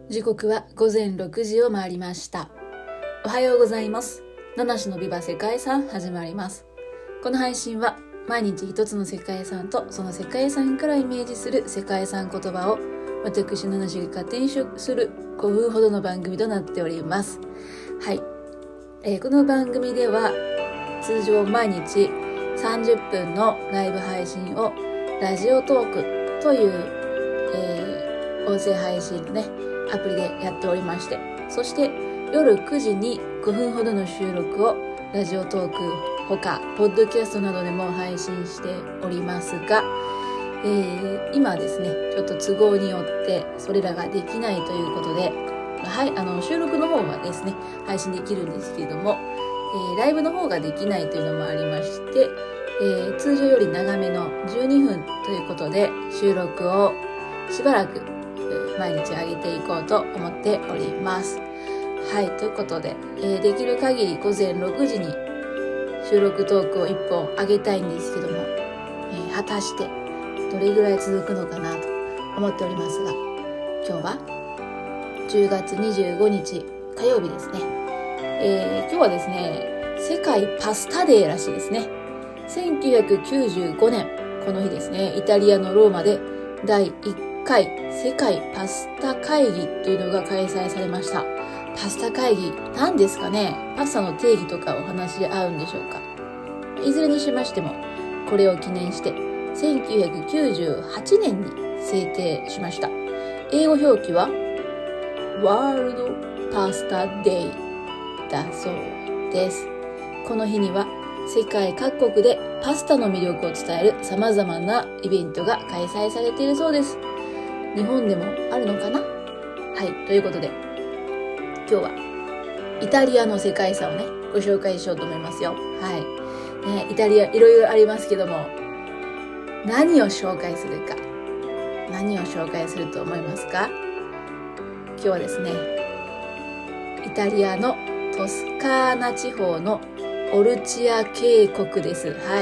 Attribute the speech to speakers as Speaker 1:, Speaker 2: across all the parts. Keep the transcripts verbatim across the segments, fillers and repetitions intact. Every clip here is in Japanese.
Speaker 1: 時刻は午前ろくじを回りました。おはようございます。七種のビバ世界遺産始まります。この配信は毎日一つの世界遺産とその世界遺産からイメージする世界遺産言葉を私七種が勝手にするごふんほどの番組となっております。はい、えー、この番組では通常毎日さんじゅっぷんのライブ配信をラジオトークという、えー、音声配信のねアプリでやっておりまして、そして夜くじにごふんほどの収録をラジオトークほかポッドキャストなどでも配信しておりますが、えー、今ですねちょっと都合によってそれらができないということで、はい、あの収録の方はですね配信できるんですけれども、えー、ライブの方ができないというのもありまして、えー、通常より長めのじゅうにふんということで収録をしばらく毎日上げていこうと思っております。はい、ということで、えー、できる限り午前ろくじに収録トークをいっぽん上げたいんですけども、えー、果たしてどれぐらい続くのかなと思っておりますが、今日はじゅうがつにじゅうごにち火曜日ですね。えー、今日はですね世界パスタデーらしいですね。せんきゅうひゃくきゅうじゅうごねんこの日ですね、イタリアのローマでだいいっかい世界パスタ会議というのが開催されました。パスタ会議何ですかね。パスタの定義とかお話し合うんでしょうか。いずれにしましてもこれを記念してせんきゅうひゃくきゅうじゅうはちねんに制定しました。英語表記はワールドパスタデイだそうです。この日には世界各国でパスタの魅力を伝える様々なイベントが開催されているそうです。日本でもあるのかな。はい、ということで今日はイタリアの世界遺産をねご紹介しようと思いますよ。はい、ね、イタリアいろいろありますけども、何を紹介するか、何を紹介すると思いますか。今日はですねイタリアのトスカーナ地方のオルチア渓谷です。はい、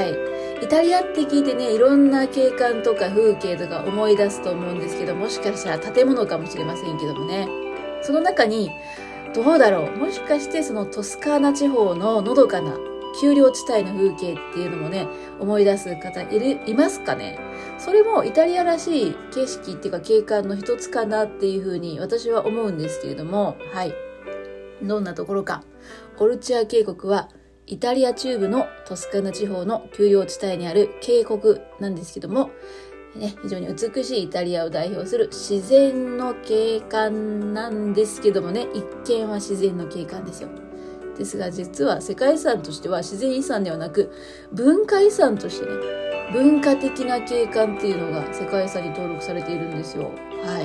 Speaker 1: イタリアって聞いてねいろんな景観とか風景とか思い出すと思うんですけど、もしかしたら建物かもしれませんけどもね、その中にどうだろう、もしかしてそのトスカーナ地方ののどかな丘陵地帯の風景っていうのもね思い出す方いるいますかね。それもイタリアらしい景色っていうか景観の一つかなっていうふうに私は思うんですけれども、はい、どんなところか。オルチア渓谷はイタリア中部のトスカーナ地方の丘陵地帯にある渓谷なんですけども、ね、非常に美しいイタリアを代表する自然の景観なんですけどもね、一見は自然の景観ですよ。ですが実は世界遺産としては自然遺産ではなく文化遺産としてね、文化的な景観っていうのが世界遺産に登録されているんですよ。はい。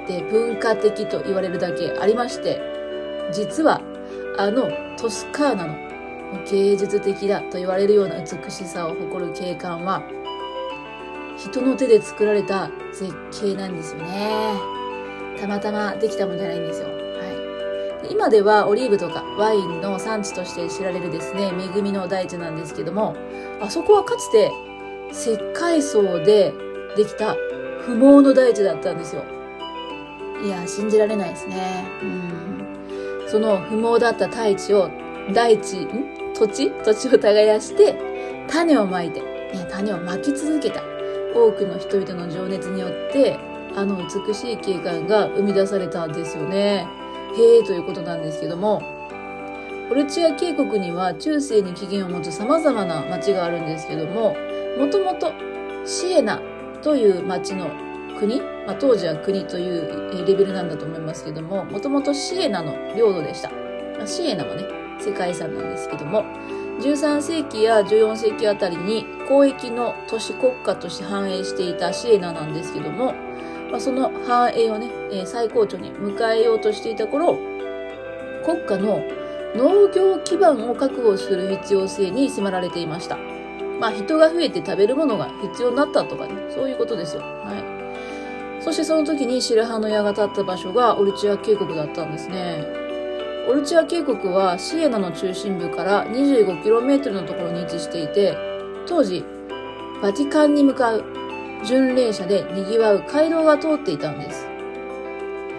Speaker 1: で、文化的と言われるだけありまして、実はあのトスカーナの芸術的だと言われるような美しさを誇る景観は人の手で作られた絶景なんですよね。たまたまできたもんじゃないんですよ。はい、で今ではオリーブとかワインの産地として知られるですね恵みの大地なんですけども、あそこはかつて石灰層でできた不毛の大地だったんですよ。いや信じられないですね。うんその不毛だった大地を大地ん土地土地を耕して種をまいて、ね、種をまき続けた多くの人々の情熱によってあの美しい景観が生み出されたんですよね。へーということなんですけども、オルチア渓谷には中世に起源を持つ様々な町があるんですけども、もともとシエナという町の国、まあ、当時は国というレベルなんだと思いますけども、もともとシエナの領土でした。まあ、シエナもね世界遺産なんですけども、じゅうさんせいきやじゅうよんせいきあたりに交易の都市国家として繁栄していたシエナなんですけども、まあ、その繁栄をね、えー、最高潮に迎えようとしていた頃、国家の農業基盤を確保する必要性に迫られていました。まあ人が増えて食べるものが必要になったとかね、そういうことですよ。はい。そしてその時に白羽の矢が立った場所がオルチア渓谷だったんですね。オルチア渓谷はシエナの中心部から にじゅうごキロメートル のところに位置していて、当時バチカンに向かう巡礼者で賑わう街道が通っていたんです。そ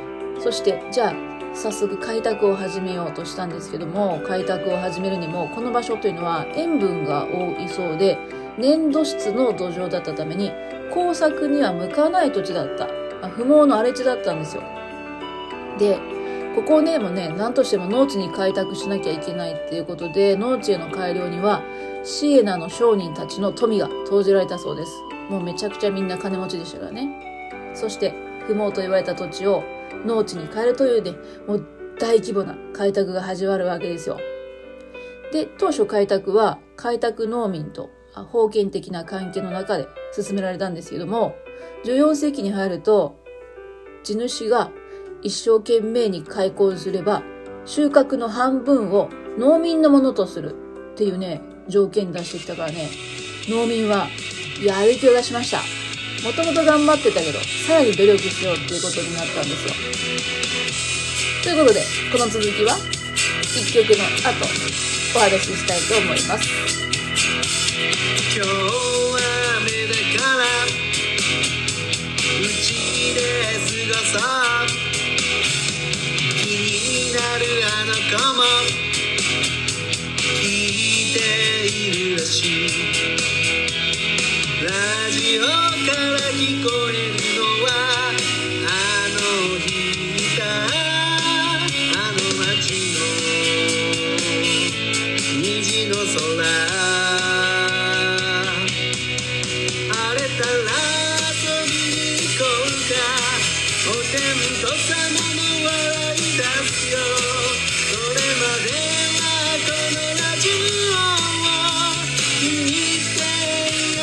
Speaker 1: そしてじゃあ早速開拓を始めようとしたんですけども、開拓を始めるにもこの場所というのは塩分が多いそうで粘土質の土壌だったために耕作には向かない土地だった、まあ、不毛の荒れ地だったんですよ。でここをねもうね何としても農地に開拓しなきゃいけないっていうことで、農地への改良にはシエナの商人たちの富が投じられたそうです。もうめちゃくちゃみんな金持ちでしたからね。そして不毛と言われた土地を農地に変えるというね、もう大規模な開拓が始まるわけですよ。で当初開拓は開拓農民と封建的な関係の中で進められたんですけども、じゅうよん世紀に入ると地主が一生懸命に開墾すれば収穫の半分を農民のものとするっていうね条件出してきたからね、農民はやる気を出しました。もともと頑張ってたけどさらに努力しようっていうことになったんですよ。ということでこの続きはいっきょくの後お話ししたいと思います。
Speaker 2: 今日は雨だからうちで過ごそう、気になるあの子も聞いているらしい、ラジオから聞こえるのはあの日見たあの街の虹の空、晴れたら遊びに行こうか、お天道様も笑い出すよ、それまではこのラジオを聞いていよ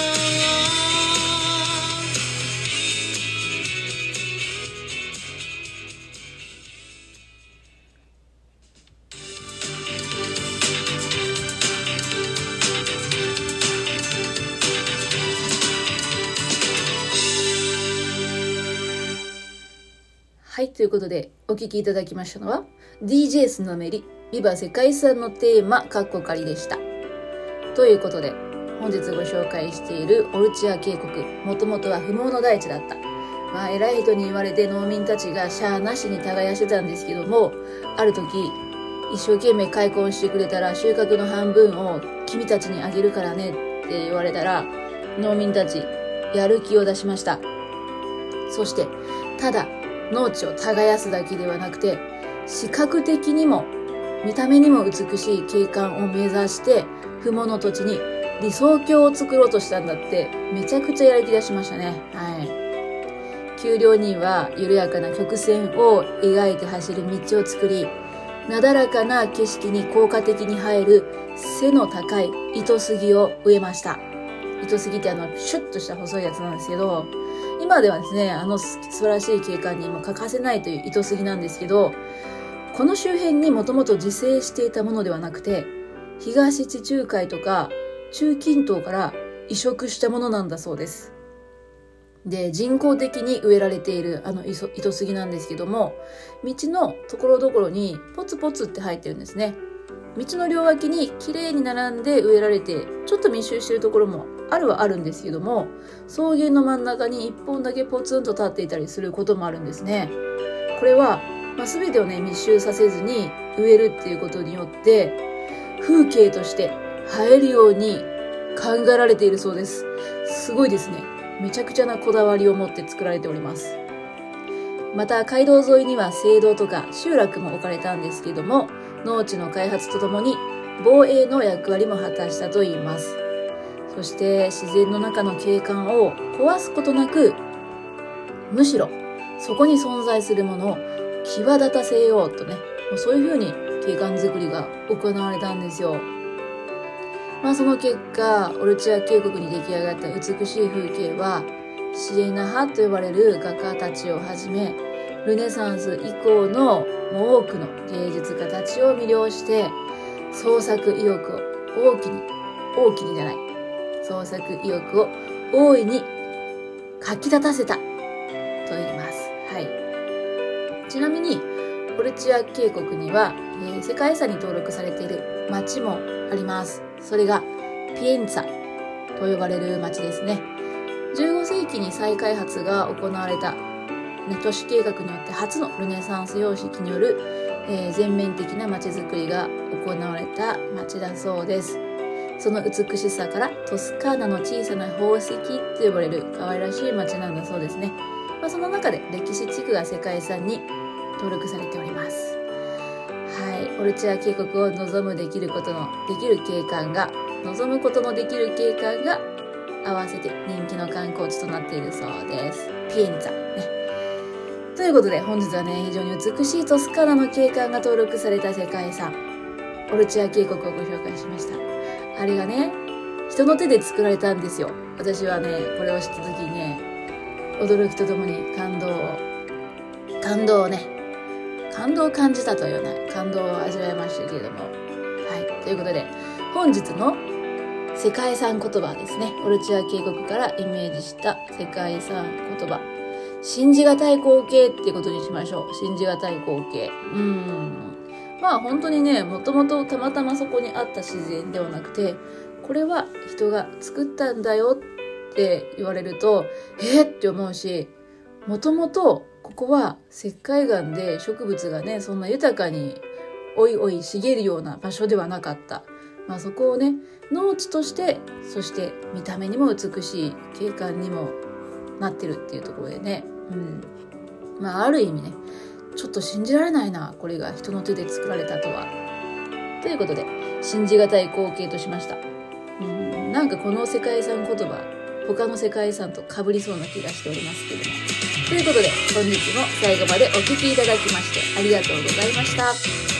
Speaker 1: はい、ということでお聞きいただきましたのは ディージェー スのメリビバ世界遺産のテーマカッコ仮でした。ということで本日ご紹介しているオルチア渓谷、もともとは不毛の大地だった。まあ偉い人に言われて農民たちがシャーなしに耕してたんですけども、ある時一生懸命開墾してくれたら収穫の半分を君たちにあげるからねって言われたら、農民たちやる気を出しました。そしてただ農地を耕すだけではなくて、視覚的にも見た目にも美しい景観を目指して不毛の土地に理想郷を作ろうとしたんだって。めちゃくちゃやる気出しましたね。はい。丘陵には緩やかな曲線を描いて走る道を作り、なだらかな景色に効果的に映える背の高い糸杉を植えました。糸杉ってあのシュッとした細いやつなんですけど、今ではですねあの素晴らしい景観にも欠かせないという糸杉なんですけど、この周辺にもともと自生していたものではなくて、東地中海とか中近東から移植したものなんだそうです。で、人工的に植えられているあの糸杉なんですけども、道のところどころにポツポツって生えてるんですね。道の両脇に綺麗に並んで植えられて、ちょっと密集しているところもあるはあるんですけども、草原の真ん中に一本だけポツンと立っていたりすることもあるんですね。これは、まあ、全てをね密集させずに植えるっていうことによって風景として映えるように考えられているそうです。すごいですね。めちゃくちゃなこだわりを持って作られております。また街道沿いには聖堂とか集落も置かれたんですけども、農地の開発とともに防衛の役割も果たしたといいます。そして自然の中の景観を壊すことなく、むしろそこに存在するものを際立たせようとね、もうそういう風に景観づくりが行われたんですよ。まあその結果、オルチア渓谷に出来上がった美しい風景は、シエナ派と呼ばれる画家たちをはじめ、ルネサンス以降のもう多くの芸術家たちを魅了して、創作意欲を大きに、大きにじゃない、創作意欲を大いにかき立たせたと言います。はい。ちなみに、オルチア渓谷には、えー、世界遺産に登録されている町もあります。それがピエンツァと呼ばれる町ですね。じゅうご世紀に再開発が行われたね、都市計画によって初のルネサンス様式による、えー、全面的な街づくりが行われた街だそうです。その美しさからトスカーナの小さな宝石と呼ばれる可愛らしい街なんだそうですね。まあ、その中で歴史地区が世界遺産に登録されております。はい、オルチア渓谷を望むできることのできる景観が望むことのできる景観が合わせて人気の観光地となっているそうです。ピエンツァね。ということで本日はね、非常に美しいトスカーナの景観が登録された世界遺産オルチア渓谷をご紹介しました。あれがね、人の手で作られたんですよ。私はね、これを知った時にね、驚きとともに感動を感動をね感動を感じたというような感動を味わいましたけれども、はい、ということで本日の世界遺産言葉はですね、オルチア渓谷からイメージした世界遺産言葉、信じがたい光景っていうことにしましょう。信じがたい光景。うーん。まあ本当にね、もともとたまたまそこにあった自然ではなくて、これは人が作ったんだよって言われると、えーって思うし、もともとここは石灰岩で植物がね、そんな豊かにおいおい茂るような場所ではなかった。まあそこをね、農地として、そして見た目にも美しい景観にもなってるっていうところでね、うん。まあある意味ね、ちょっと信じられないな、これが人の手で作られたとは。ということで、信じがたい光景としました。うん、なんかこの世界遺産言葉、他の世界遺産と被りそうな気がしておりますけども。ということで、本日も最後までお聞きいただきましてありがとうございました。